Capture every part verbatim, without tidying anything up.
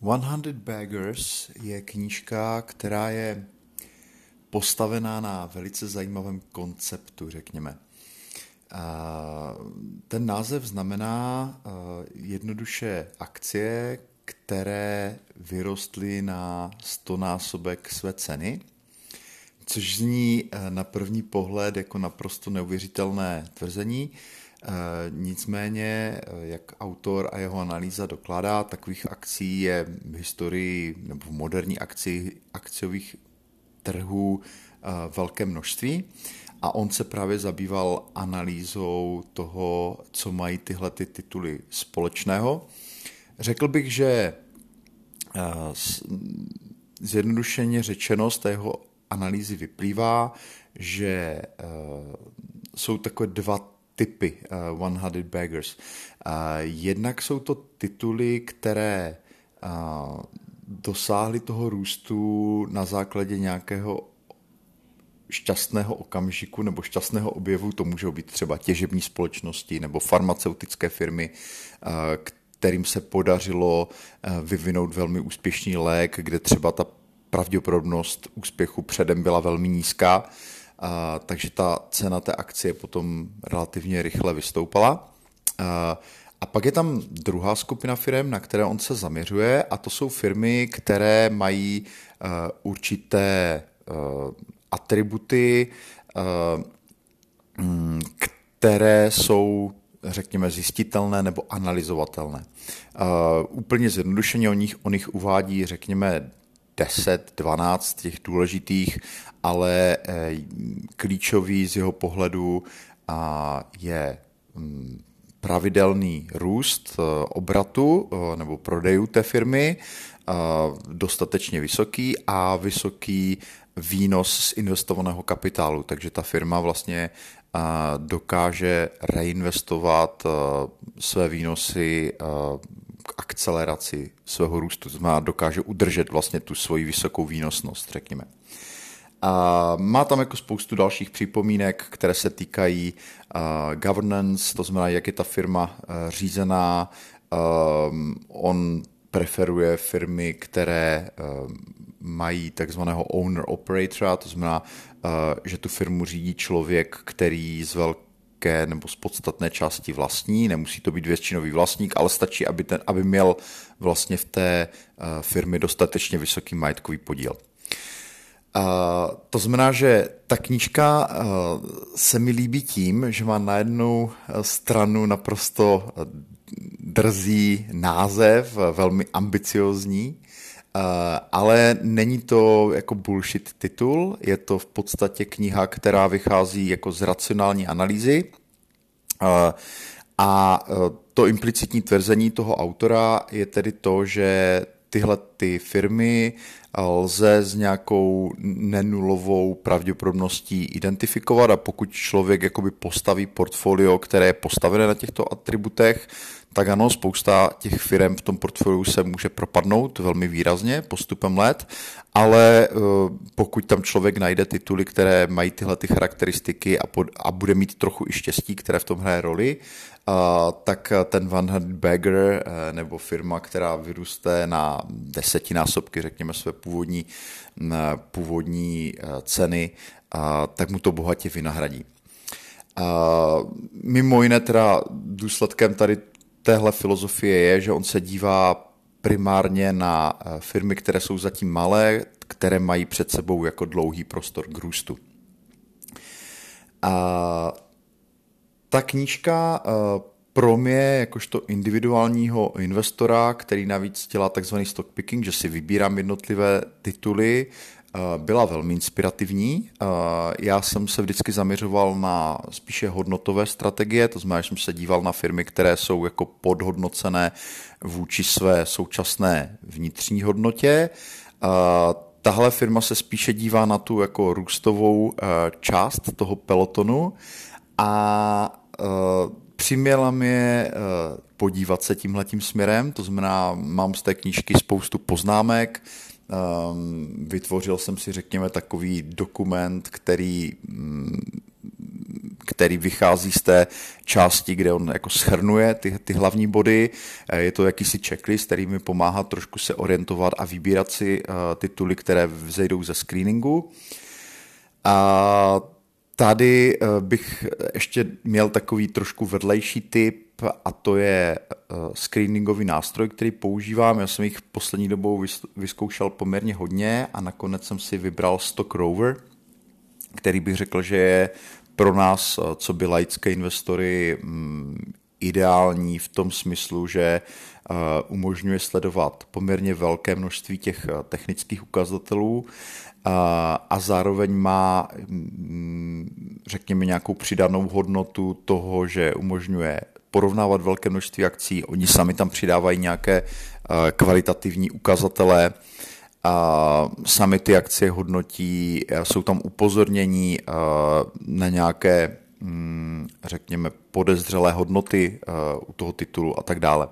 Hundred Beggars je knížka, která je postavená na velice zajímavém konceptu, řekněme. Ten název znamená jednoduše akcie, které vyrostly na stonásobek své ceny, což zní na první pohled jako naprosto neuvěřitelné tvrzení. Nicméně, jak autor a jeho analýza dokládá, takových akcí je v historii nebo v moderní akci, akciových trhů velké množství a on se právě zabýval analýzou toho, co mají tyhle ty tituly společného. Řekl bych, že zjednodušeně řečeno z té jeho analýzy vyplývá, že jsou takové dva typy uh, Hundred Beggars. Uh, jednak jsou to tituly, které uh, dosáhly toho růstu na základě nějakého šťastného okamžiku nebo šťastného objevu. To můžou být třeba těžební společnosti nebo farmaceutické firmy, uh, kterým se podařilo uh, vyvinout velmi úspěšný lék, kde třeba ta pravděpodobnost úspěchu předem byla velmi nízká. A, takže ta cena té akcie potom relativně rychle vystoupala. A, a pak je tam druhá skupina firm, na které on se zaměřuje, a to jsou firmy, které mají uh, určité uh, atributy, uh, které jsou, řekněme, zjistitelné nebo analyzovatelné. Uh, úplně zjednodušeně o nich, o nich uvádí, řekněme, deset, dvanáct těch důležitých, ale klíčový z jeho pohledu je pravidelný růst obratu nebo prodejů té firmy, dostatečně vysoký a vysoký výnos z investovaného kapitálu. Takže ta firma vlastně dokáže reinvestovat své výnosy k akceleraci svého růstu, to znamená, dokáže udržet vlastně tu svoji vysokou výnosnost, řekněme. A má tam jako spoustu dalších připomínek, které se týkají uh, governance, to znamená, jak je ta firma uh, řízená. Um, on preferuje firmy, které uh, mají takzvaného owner-operatora, to znamená, uh, že tu firmu řídí člověk, který z velké nebo z podstatné části vlastní, nemusí to být většinový vlastník, ale stačí, aby, ten, aby měl vlastně v té uh, firmě dostatečně vysoký majetkový podíl. Uh, to znamená, že ta knížka uh, se mi líbí tím, že má na jednu stranu naprosto drzý název, velmi ambiciozní, uh, ale není to jako bullshit titul, je to v podstatě kniha, která vychází jako z racionální analýzy uh, a uh, to implicitní tvrzení toho autora je tedy to, že tyhle ty firmy lze s nějakou nenulovou pravděpodobností identifikovat a pokud člověk jakoby postaví portfolio, které je postavené na těchto atributech, tak ano, spousta těch firm v tom portfoliu se může propadnout velmi výrazně postupem let, ale pokud tam člověk najde tituly, které mají tyhle ty charakteristiky a, pod, a bude mít trochu i štěstí, které v tom hraje roli, Uh, tak ten Hundred Bagger nebo firma, která vyroste na desetinásobky, řekněme, své původní, původní ceny, uh, tak mu to bohatě vynahradí. Uh, mimo jiné teda důsledkem tady téhle filozofie je, že on se dívá primárně na firmy, které jsou zatím malé, které mají před sebou jako dlouhý prostor k růstu. Uh, Ta knížka pro mě, jakožto individuálního investora, který navíc dělá takzvaný stock picking, že si vybírám jednotlivé tituly, byla velmi inspirativní. Já jsem se vždycky zaměřoval na spíše hodnotové strategie, to znamená, že jsem se díval na firmy, které jsou jako podhodnocené vůči své současné vnitřní hodnotě. Tahle firma se spíše dívá na tu jako růstovou část toho pelotonu a Uh, přiměla mě uh, podívat se tímhletím směrem, to znamená, mám z té knížky spoustu poznámek, um, vytvořil jsem si, řekněme, takový dokument, který, um, který vychází z té části, kde on jako shrnuje ty, ty hlavní body. Je to jakýsi checklist, který mi pomáhá trošku se orientovat a vybírat si tituly, které vzejdou ze screeningu. A tady bych ještě měl takový trošku vedlejší tip, a to je screeningový nástroj, který používám. Já jsem jich poslední dobou vyzkoušel poměrně hodně a nakonec jsem si vybral Stock Rover, který bych řekl, že je pro nás, co by laické investory, ideální v tom smyslu, že umožňuje sledovat poměrně velké množství těch technických ukazatelů a zároveň má, řekněme, nějakou přidanou hodnotu toho, že umožňuje porovnávat velké množství akcí. Oni sami tam přidávají nějaké kvalitativní ukazatele, a sami ty akcie hodnotí, jsou tam upozornění na nějaké, řekněme, podezřelé hodnoty u toho titulu a tak dále.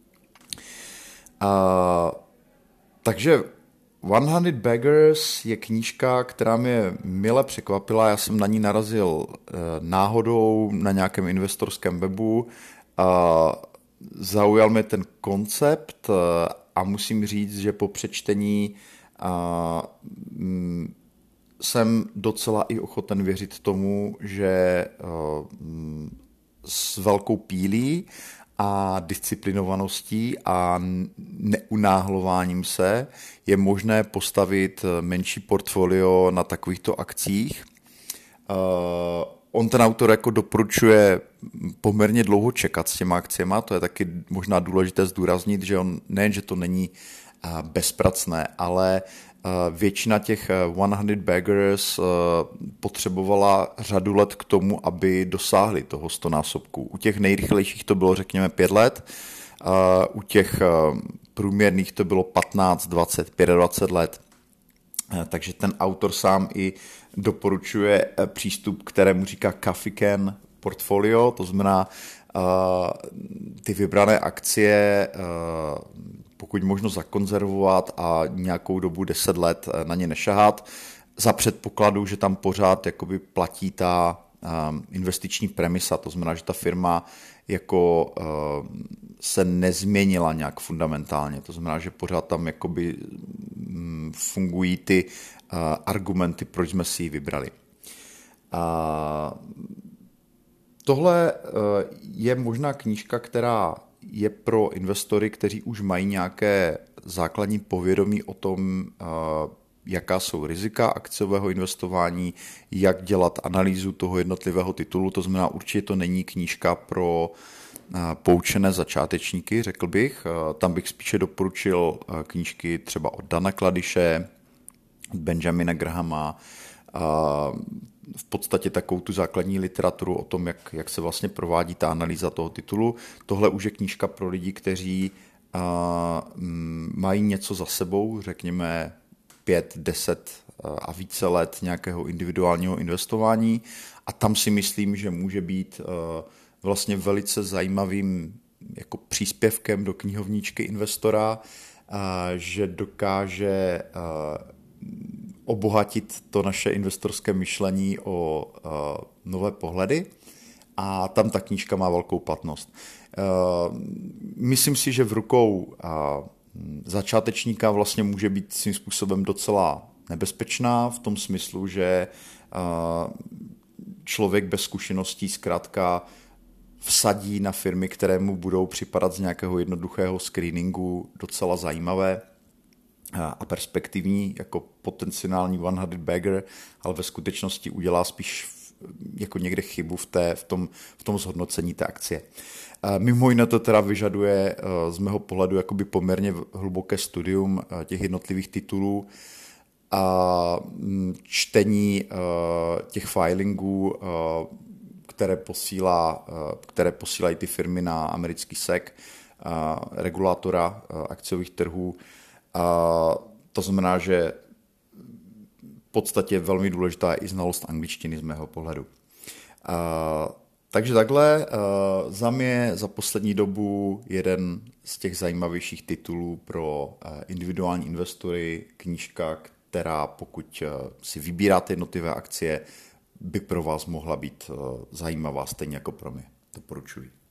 A, takže sto Beggars je knížka, která mě mile překvapila. Já jsem na ní narazil náhodou na nějakém investorském webu. A zaujal mě ten koncept a musím říct, že po přečtení a, m, jsem docela i ochoten věřit tomu, že m, s velkou pílí a disciplinovaností a neunáhlováním se je možné postavit menší portfolio na takovýchto akcích. Uh, on ten autor jako doporučuje poměrně dlouho čekat s těma akciema, to je taky možná důležité zdůraznit, že on nejen, že to není uh, bezpracné, ale uh, většina těch sto Beggars uh, potřebovala řadu let k tomu, aby dosáhli toho stonásobku. U těch nejrychlejších to bylo, řekněme, pět let, uh, u těch uh, průměrných to bylo patnáct, dvacet, dvacet pět let. Uh, takže ten autor sám i doporučuje uh, přístup, kterému říká coffee can portfolio, to znamená uh, ty vybrané akcie uh, pokud možno zakonzervovat a nějakou dobu deset let na ně nešahat, za předpokladu, že tam pořád jakoby platí ta investiční premisa, to znamená, že ta firma jako se nezměnila nějak fundamentálně, to znamená, že pořád tam jakoby fungují ty argumenty, proč jsme si ji vybrali. A tohle je možná knížka, která je pro investory, kteří už mají nějaké základní povědomí o tom, jaká jsou rizika akciového investování, jak dělat analýzu toho jednotlivého titulu. To znamená, určitě to není knížka pro poučené začátečníky, řekl bych. Tam bych spíše doporučil knížky třeba od Dana Kladyše, od Benjamina Grahama, v podstatě takovou tu základní literaturu o tom, jak, jak se vlastně provádí ta analýza toho titulu. Tohle už je knížka pro lidi, kteří a, m, mají něco za sebou, řekněme pět, deset a více let nějakého individuálního investování a tam si myslím, že může být a, vlastně velice zajímavým jako příspěvkem do knihovníčky investora, a, že dokáže a, obohatit to naše investorské myšlení o uh, nové pohledy a tam ta knížka má velkou platnost. Uh, myslím si, že v rukou uh, začátečníka vlastně může být svým způsobem docela nebezpečná v tom smyslu, že uh, člověk bez zkušeností zkrátka vsadí na firmy, které mu budou připadat z nějakého jednoduchého screeningu docela zajímavé a perspektivní jako potenciální sto bagger, ale ve skutečnosti udělá spíš jako někde chybu v, té, v, tom, v tom zhodnocení té akcie. Mimo jiné to teda vyžaduje z mého pohledu jakoby poměrně hluboké studium těch jednotlivých titulů a čtení těch filingů, které, posílá, které posílají ty firmy na americký S E C, regulátora akciových trhů. A to znamená, že v podstatě je velmi důležitá i znalost angličtiny z mého pohledu. A, takže takhle, a, za mě za poslední dobu jeden z těch zajímavějších titulů pro individuální investory, knížka, která pokud si vybíráte jednotlivé akcie, by pro vás mohla být zajímavá, stejně jako pro mě. Doporučuji.